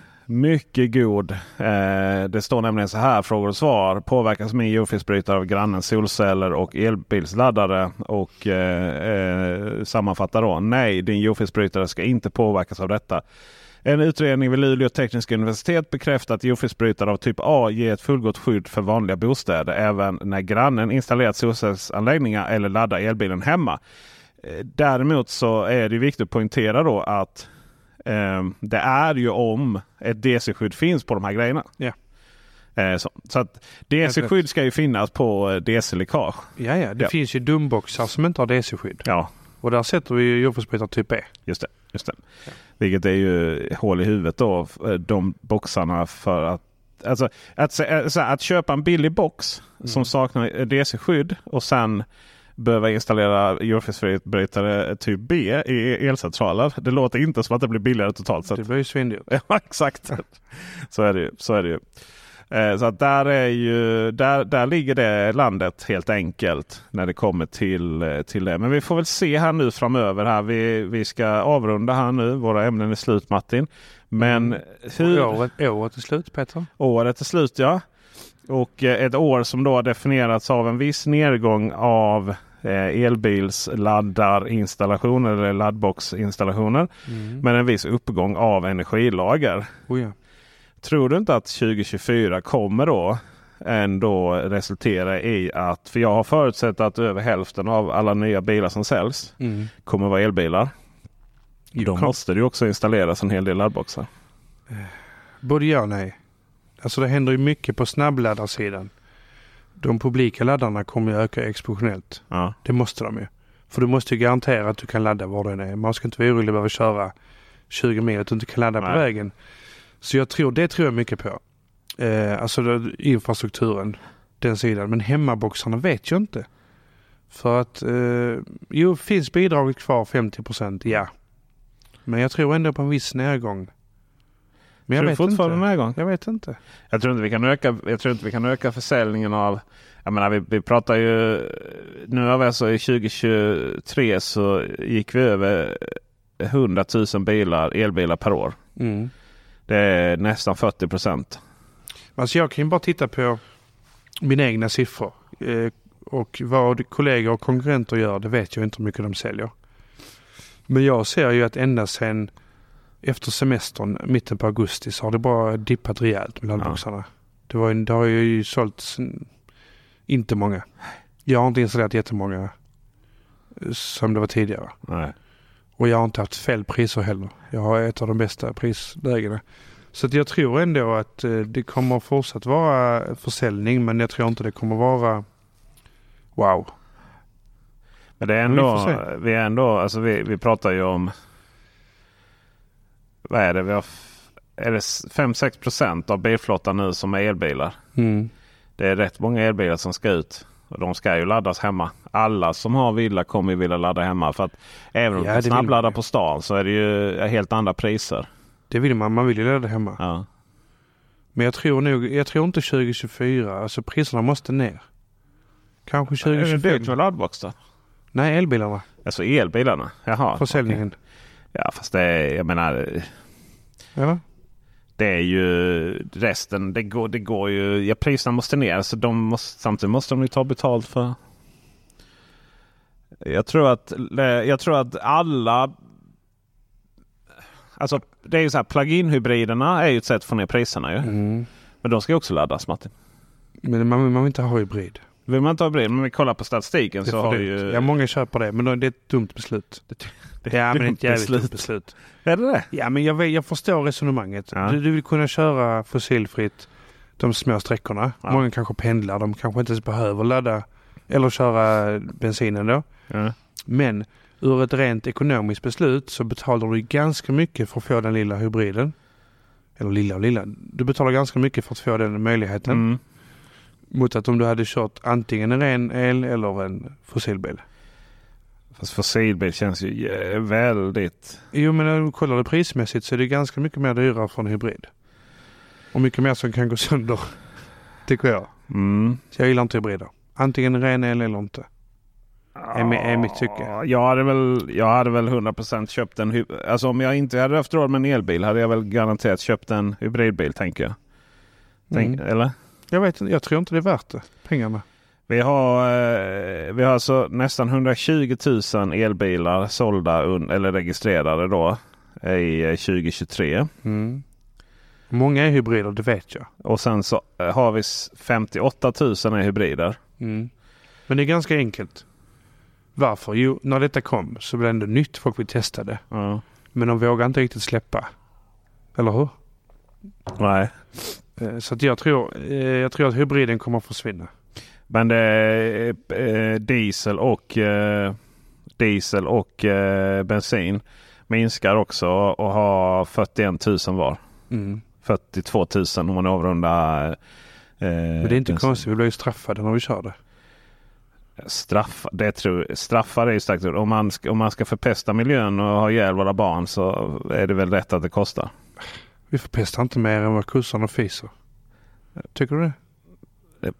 det står nämligen så här, frågor och svar. Påverkas min jordfelsbrytare av grannens solceller och elbilsladdare? Och sammanfattar då, nej, din jordfelsbrytare ska inte påverkas av detta. En utredning vid Luleå tekniska universitet bekräftar att jordfelsbrytare av typ A ger ett fullgott skydd för vanliga bostäder även när grannen installerat solcellsanläggningar eller laddar elbilen hemma. Däremot så är det viktigt att poängtera då att det är ju om ett DC-skydd finns på de här grejerna. Ja. Så att DC-skydd ska ju finnas på DC-läckage. Ja, det finns ju dumboxar som inte har DC-skydd. Ja. Och där sätter vi jordfelsbrytare typ E. Just det. Ja. Vilket är ju hål i huvudet då, de boxarna, för att alltså, att köpa en billig box som saknar DC-skydd och sen behöva installera jordfelsbrytare typ B i elcentraler. Det låter inte som att det blir billigare totalt sett. Det blir ju svindyrt. Ja, exakt. Så är det ju. Så att där ligger det landet helt enkelt när det kommer till det. Men vi får väl se här nu framöver. Här. Vi ska avrunda här nu. Våra ämnen är slut, Martin. Men året är slut, Peter. Året är slut, ja. Och ett år som då har definierats av en viss nedgång av elbilsladdarinstallationer eller laddboxinstallationer. Men en viss uppgång av energilager. Ja. Tror du inte att 2024 kommer då ändå resultera i att, för jag har förutsett att över hälften av alla nya bilar som säljs kommer vara elbilar. Då måste det ju också installeras en hel del laddboxar. Både ja och nej. Alltså det händer ju mycket på snabbladdarsidan. De publika laddarna kommer ju öka exponentiellt. Ja. Det måste de ju. För du måste ju garantera att du kan ladda var den är. Man ska inte vara orolig över att köra 20 mil att du inte kan ladda på vägen. Så det tror jag mycket på. Alltså infrastrukturen, den sidan. Men hemmaboxarna vet jag inte. För att finns bidraget kvar 50%? Ja. Men jag tror ändå på en viss nedgång. Men jag vet fortfarande inte. Nedgång? Jag vet inte. Jag tror inte vi kan öka försäljningen av. Jag menar, vi pratar ju nu har vi alltså i 2023 så gick vi över 100 000 elbilar per år. Det är nästan 40%. Alltså jag kan ju bara titta på mina egna siffror. Och vad kollegor och konkurrenter gör, det vet jag inte hur mycket de säljer. Men jag ser ju att ända sedan efter semestern, mitten på augusti, så har det bara dippat rejält med laddboxarna. Det har ju sålt inte många. Jag har inte installerat jättemånga som det var tidigare. Nej. Och jag har inte haft fel priser heller. Jag har ett av de bästa prislägena. Så att jag tror ändå att det kommer fortsatt vara försäljning, men jag tror inte det kommer vara wow. Men det är ändå, vi pratar ju om, vad är det? Är det 5-6% av bilflottan nu som är elbilar? Det är rätt många elbilar som ska ut. Och de ska ju laddas hemma. Alla som har villa kommer ju vilja ladda hemma. För att även om man snabbladdar på stan så är det ju helt andra priser. Det vill man vill ju ladda hemma. Ja. Men jag tror inte 2024. Alltså priserna måste ner. Kanske 2025. Är det med laddbox då? Nej, elbilarna. Alltså elbilarna? Jaha. Försäljningen. Okay. Ja, fast det är, jag menar... Eller? Det är ju resten, det går ju, ja, priserna måste ner, så samtidigt måste de ju ta betalt för. Jag tror att alla, alltså det är ju så här, plug-in-hybriderna är ju ett sätt att få ner priserna ju. Men de ska ju också laddas, Martin. Men man vill inte ha hybrid. Vill man inte ha hybrid, men vi kollar på statistiken så har ju... Ja, många köper det, men det är ett dumt beslut. Det är ett jävligt dumt beslut. Är det det? Ja, men jag förstår resonemanget. Ja. Du vill kunna köra fossilfritt de små sträckorna. Ja. Många kanske pendlar, de kanske inte ens behöver ladda eller köra bensinen då. Ja. Men ur ett rent ekonomiskt beslut så betalar du ganska mycket för att få den lilla hybriden. Eller lilla. Du betalar ganska mycket för att få den möjligheten. Mm. Mot att om du hade kört antingen en ren el eller en fossilbil. Fast fossilbil känns ju väldigt... Jo, men när du kollar det prismässigt så är det ganska mycket mer dyrare för en hybrid. Och mycket mer som kan gå sönder, tycker jag. Mm. Så jag gillar inte hybrider. Antingen ren el eller inte. Är mitt tycke. Jag hade väl 100% köpt en alltså om jag inte hade haft råd med en elbil hade jag väl garanterat köpt en hybridbil, tänker jag. Eller? Jag vet inte, jag tror inte det är värt det, pengarna. Vi har alltså nästan 120 000 elbilar sålda eller registrerade då i 2023. Mm. Många är hybrider, det vet jag. Och sen så har vi 58 000 är hybrider. Mm. Men det är ganska enkelt. Varför? Jo, när detta kom så blev det ändå nytt, folk vill testa det. Ja. Men de vågar inte riktigt släppa. Eller hur? Nej. Så att jag tror att hybriden kommer att försvinna. Men det är diesel och bensin minskar också och har 41 000 var. Mm. 42 000 om man avrundar. Men det är inte konstigt, vi blir ju straffade när vi kör det. Straffar är ju starkt. Om man ska förpesta miljön och ha ihjäl våra barn så är det väl rätt att det kostar. Vi förpestar inte mer än vad kossan och fiser. Tycker du det?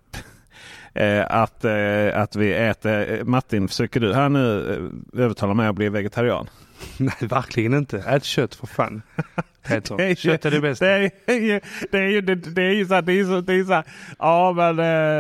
Att vi äter... Martin, försöker du här nu övertala mig att bli vegetarian? Nej, verkligen inte. Ät kött för fan. Peter. Kött är det bästa. Det är ju så här. Ja, men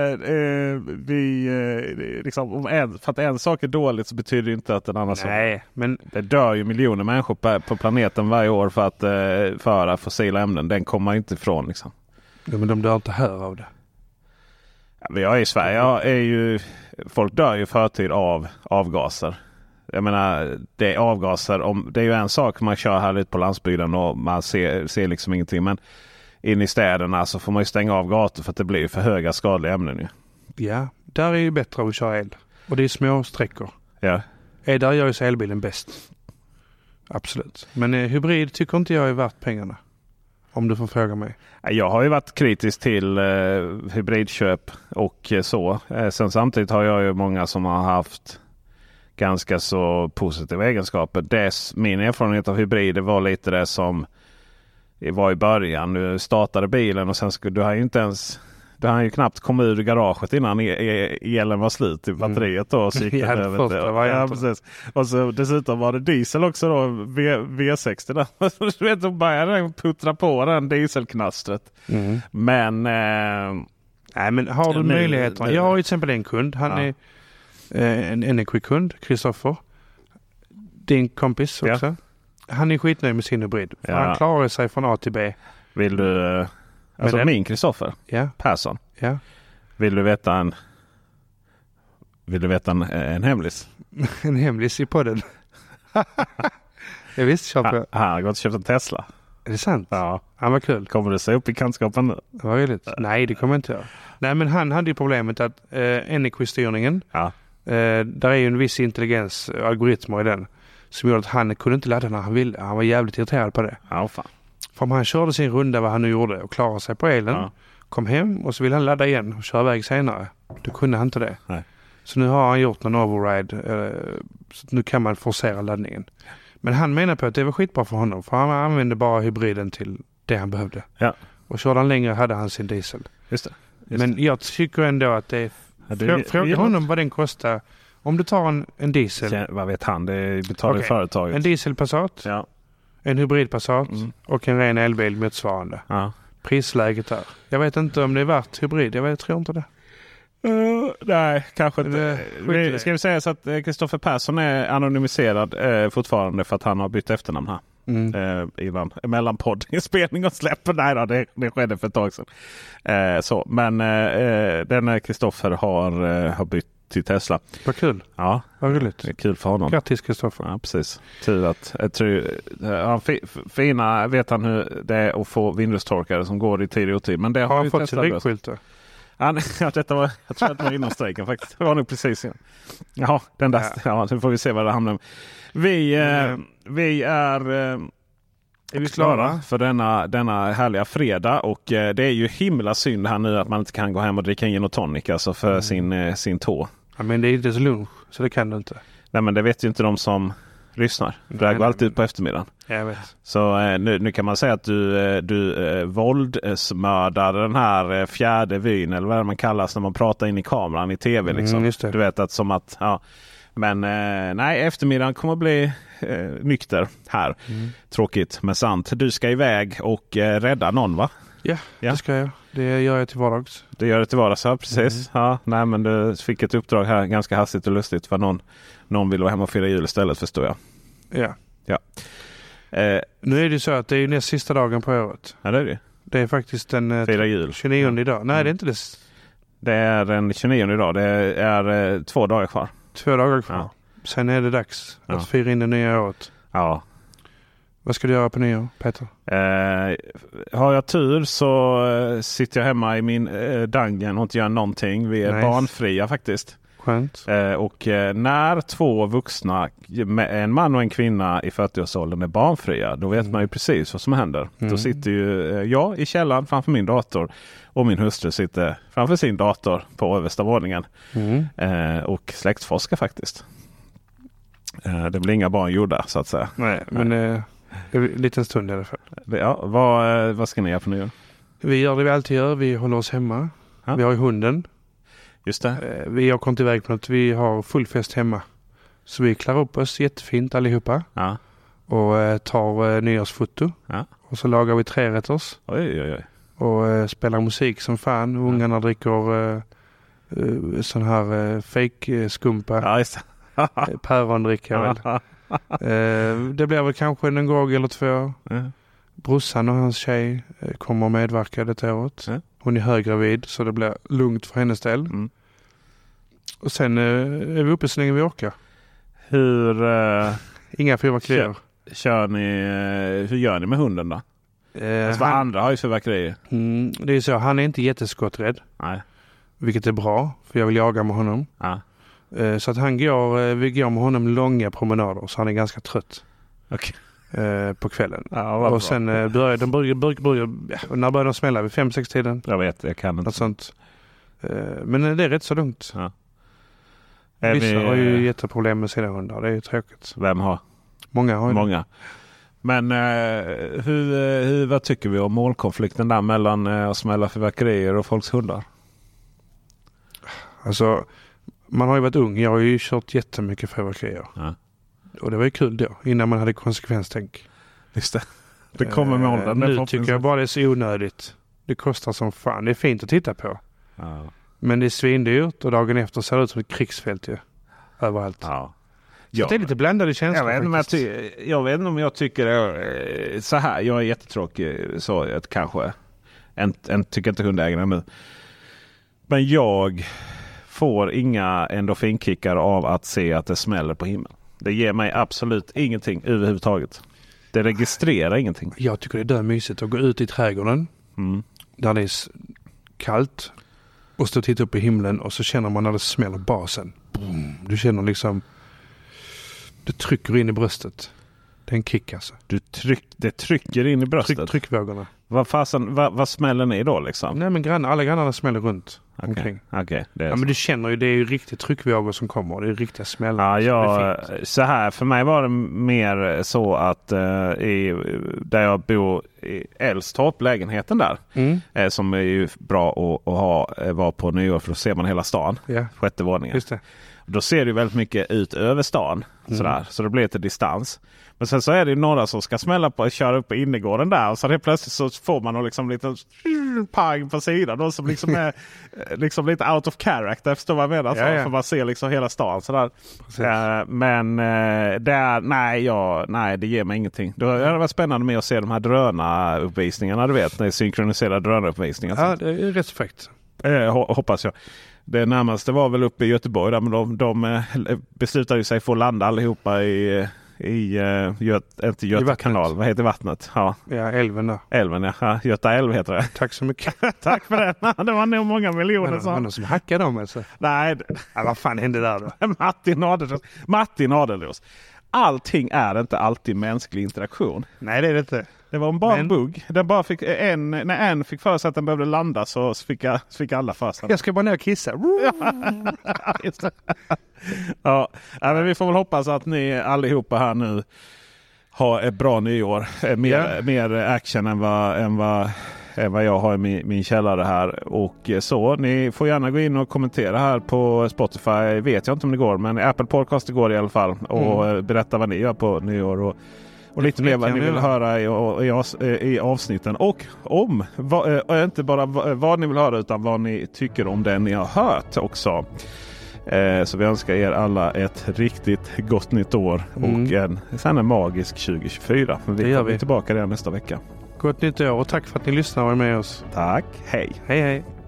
liksom, för att en sak är dåligt så betyder det inte att en annan sak... Nej, men... Det dör ju miljoner människor på planeten varje år för att föra fossila ämnen. Den kommer inte ifrån liksom. Ja, men de dör inte här av det. Vi har i Sverige folk dör ju förtid av avgaser. Jag menar, det är avgaser. Det är ju en sak man kör här lite på landsbygden och man ser liksom ingenting. Men in i städerna så får man ju stänga av gator för att det blir för höga skadliga ämnen ju. Ja, där är ju bättre att köra el. Och det är små sträckor. Ja. Där gör ju elbilen bäst. Absolut. Men hybrid tycker inte jag är värt pengarna. Om du får fråga mig. Jag har ju varit kritisk till hybridköp och så. Sen samtidigt har jag ju många som har haft ganska så positiva egenskaper. Min erfarenhet av hybrider var lite det som var i början. Du startade bilen och sen du hann ju knappt komma ur garaget innan elen var slut i batteriet då. Och så gick Ja, över precis. Och så dessutom var det diesel också då, V60 där. Du vet, de började puttra på den dieselknastret. Mm. Men nej, men har du möjligheter? Jag har ju till exempel en kund. Han är en Energy-kund, Kristoffer. Din kompis också. Ja. Han är skitnöjd med sin hybrid. För han klarar sig från A till B. Vill du... Alltså min Kristoffer Persson. Ja. Vill du veta en hemlis? En hemlis i podden. Jag visste köpa. Han har gått och köpt en Tesla. Är det sant? Ja. Han var kul. Kommer du se upp i kantskapen nu? Det var roligt. Nej, det kommer inte jag. Nej, men han hade ju problemet att Energy-styrningen. Ja. Där är ju en viss intelligens, algoritmer i den. Som gjorde att han kunde inte ladda när han ville. Han var jävligt irriterad på det. Ja, fan. För om han körde sin runda vad han nu gjorde och klarade sig på elen. Kom hem och så ville han ladda igen och köra iväg senare. Då kunde han inte det. Nej. Så nu har han gjort en override. Så nu kan man forcera laddningen. Men han menar på att det var skitbra för honom. För han använde bara hybriden till det han behövde. Ja. Och körde han längre hade han sin diesel. Just det. Men jag tycker ändå att det är... Fråga honom vad den kostar. Om du tar en diesel... Vad vet han? Det betalar företaget. En diesel Passat. Ja. En hybrid Passat. Och en ren elbil motsvarande. Ja. Prisläget där. Jag vet inte om det är värt hybrid. Jag tror inte det. Nej, kanske inte. Ska vi säga så att Kristoffer Persson är anonymiserad fortfarande för att han har bytt efternamn här. Mellan poddinspelning och släpp. Nej då, det skedde för ett tag sedan. Men den Kristoffer har bytt till Tesla. Vad kul. Ja, vad roligt. Det är kul för honom. Grattis Kristoffer. Ja, precis. Tur att fina vet han hur det är att få vindrutetorkare som går i tid och otid. Men det har har han ju fått Tesla sin löst. rikskylt då? Ja, jag tror att det var innan strejken faktiskt. Det var nog precis innan. Ja, den där. Ja, så får vi se vad det hamnar. Vi är klara för denna härliga fredag, och det är ju himla synd här nu att man inte kan gå hem och dricka en gin och tonic alltså för sin tå. Ja, men det är inte så lunch, så det kan du inte. Nej, men det vet ju inte de som lyssnar. Det går alltid ut på eftermiddagen. Jag vet. Så nu kan man säga att du våldsmördar den här fjärde vyn, eller vad man kallas när man pratar in i kameran i tv liksom. Just det. Du vet att som att men nej, eftermiddagen kommer att bli nykter här. Tråkigt men sant. Du ska iväg och rädda någon, va? Ja, det ska jag. Det gör jag till vardags. Det gör det till vardags, ja, precis. Ja, nej, men du fick ett uppdrag här ganska hastigt och lustigt för någon vill vara hemma och fira jul istället, förstår jag. Ja. Nu är det så att det är näst sista dagen på året. Ja, det är det. Det är faktiskt den fira jul. 29 idag. Nej, det är inte det. Det är den 29 idag. Det är 2 dagar kvar. 2 dagar kvar. Ja. Sen är det dags att fira in det nya året. Ja. Vad ska du göra på nyår, Peter? Har jag tur så sitter jag hemma i min dungeon och inte gör någonting. Vi är barnfria faktiskt. Skönt. Och när 2 vuxna, en man och en kvinna i 40-årsåldern är barnfria, då vet man ju precis vad som händer. Då sitter ju jag i källaren framför min dator och min hustru sitter framför sin dator på översta våningen och släktforskar faktiskt. Det blir inga barn gjorda så att säga. Nej, men en liten stund i alla fall. Ja, vad ska ni göra på nyår? Vi gör det vi alltid gör. Vi håller oss hemma. Ja. Vi har ju hunden. Just det. Vi har kommit iväg på något. Vi har full fest hemma. Så vi klär upp oss jättefint allihopa. Ja. Och tar nyårsfoto. Ja. Och så lagar vi 3-rätters. Oj. Och spelar musik som fan. Ungarna dricker sån här fake skumpa. Ja, just det. Pärondricka väl. Det blir väl kanske en grogg eller 2. Brorsan och hans tjej kommer att medverka det året. Hon är höggravid så det blir lugnt för hennes del. Och sen är vi uppe så länge vi orkar. Inga fyrverkerier. Hur gör ni med hunden då? Vad andra har ju fyrverkerier. Det är så, han är inte jätteskotträdd. Nej. Vilket är bra, för jag vill jaga med honom. Ja. Så att vi går med honom långa promenader så han är ganska trött. Okej. På kvällen. Ja, och sen när börjar de smälla? Vid 5-6 tiden? Jag vet, jag kan inte. Något sånt. Men det är rätt så lugnt. Ja. Vissa har ju jätteproblem med sina hundar. Det är ju tråkigt. Vem har? Många har ju Många. Men vad tycker vi om målkonflikten där mellan att smälla fyrverkerier och folks hundar? Alltså, man har ju varit ung. Jag har ju kört jättemycket fyrverkerier. Ja. Och det var ju kul då, innan man hade konsekvenstänk. Just det. Det kommer med åldern. Nu tycker jag bara det är så onödigt. Det kostar som fan. Det är fint att titta på. Ja. Men det är svindyrt och dagen efter ser det ut som ett krigsfält ju. Överallt. Ja. Så det är lite blandade känslor. Jag vet inte om jag tycker så här. Jag är jättetråkig så att kanske tycker inte hundägarna nu. Men jag får inga endorfinkickar av att se att det smäller på himlen. Det ger mig absolut ingenting överhuvudtaget. Det registrerar ingenting. Jag tycker det är dömysigt att gå ut i trädgården där det är kallt och stå och titta upp i himlen och så känner man när det smäller basen. Boom. Du känner liksom det trycker in i bröstet. Det är en kick alltså. Det trycker in i bröstet? Tryckvågorna. Vad smäller ni då liksom? Nej men alla grannarna smäller runt omkring. Okej, det är men du känner ju, det är ju riktigt tryckvågor som kommer. Det är riktiga smällar. Ja, så här, för mig var det mer så att där jag bor i Älvstorp, lägenheten där, som är ju bra att vara på nyår för då ser man hela stan, 6:e våningen. Just det. Då ser det väldigt mycket ut över stan. Så det blir lite distans. Men sen så är det ju några som ska smälla på och köra upp på innergården där. Och så helt plötsligt så får man liksom lite pang på sidan. De som liksom är liksom lite out of character. Förstår vad jag menar? För man ser liksom hela stan. Sådär. Men nej, det ger mig ingenting. Det hade varit spännande med att se de här drönaruppvisningarna. Du vet, när det är synkroniserade drönaruppvisningar. Ja, det är rätt fräckt. Hoppas jag. det närmaste var väl uppe i Göteborg där, men de beslutade ju sig för att landa allihopa i inte Göta kanal. Vad heter vattnet? Ja, älven då. Älven, ja. Göta älv heter det. Tack så mycket. Tack för det. Det var nog många miljoner. Men det var någon som hackade dem alltså. Nej. Vad fan hände där då? Martin Adelros. Allting är inte alltid mänsklig interaktion. Nej, det är det inte. Det var bara en bugg. Den bara fick när en fick för sig att den behövde landa så fick alla för sig. Jag ska bara ner och kissa. Ja, men vi får väl hoppas att ni allihopa här nu har ett bra nyår. Mer action än vad jag har i min källare här. Och så, ni får gärna gå in och kommentera här på Spotify. Vet jag inte om det går, men Apple Podcast går i alla fall. Och berätta vad ni gör på nyår och lite mer vad ni vill höra i avsnitten. Och inte bara vad ni vill höra utan vad ni tycker om det ni har hört också. Så vi önskar er alla ett riktigt gott nytt år. Och sen en magisk 2024. Vi kommer tillbaka redan nästa vecka. Gott nytt år och tack för att ni lyssnar och är med oss. Tack, hej. Hej hej.